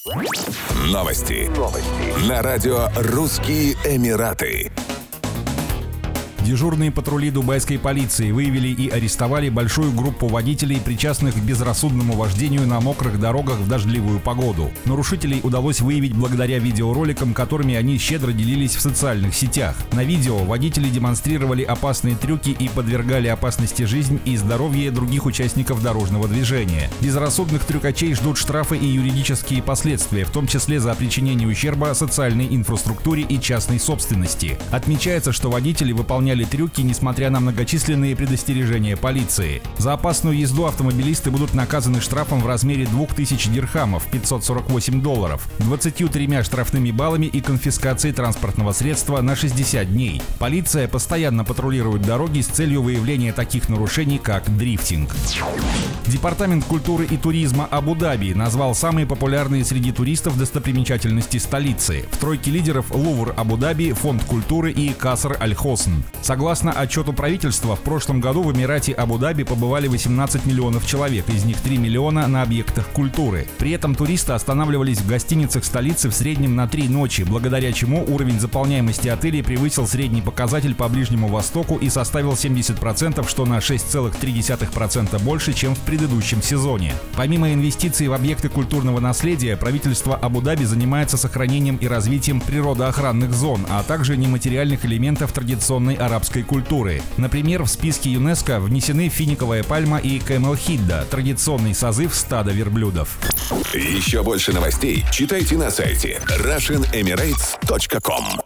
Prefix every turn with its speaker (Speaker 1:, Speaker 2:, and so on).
Speaker 1: Новости. На радио «Русские Эмираты».
Speaker 2: Дежурные патрули дубайской полиции выявили и арестовали большую группу водителей, причастных к безрассудному вождению на мокрых дорогах в дождливую погоду. Нарушителей удалось выявить благодаря видеороликам, которыми они щедро делились в социальных сетях. На видео водители демонстрировали опасные трюки и подвергали опасности жизнь и здоровье других участников дорожного движения. Безрассудных трюкачей ждут штрафы и юридические последствия, в том числе за причинение ущерба социальной инфраструктуре и частной собственности. Отмечается, что водители выполняли трюки, несмотря на многочисленные предостережения полиции. За опасную езду автомобилисты будут наказаны штрафом в размере 2000 дирхамов $548, 23 штрафными баллами и конфискацией транспортного средства на 60 дней. Полиция постоянно патрулирует дороги с целью выявления таких нарушений, как дрифтинг. Департамент культуры и туризма Абу-Даби назвал самые популярные среди туристов достопримечательности столицы. В тройке лидеров Лувр Абу-Даби, Фонд культуры и Каср Аль-Хосн. Согласно отчету правительства, в прошлом году в Эмирате Абу-Даби побывали 18 миллионов человек, из них 3 миллиона на объектах культуры. При этом туристы останавливались в гостиницах столицы в среднем на 3 ночи, благодаря чему уровень заполняемости отелей превысил средний показатель по Ближнему Востоку и составил 70%, что на 6,3% больше, чем в предыдущем сезоне. Помимо инвестиций в объекты культурного наследия, правительство Абу-Даби занимается сохранением и развитием природоохранных зон, а также нематериальных элементов традиционной арабской культуры. Например, в списке ЮНЕСКО внесены финиковая пальма и кэмел-хидда, традиционный созыв стада верблюдов.
Speaker 1: Еще больше новостей читайте на сайте RussianEmirates.com.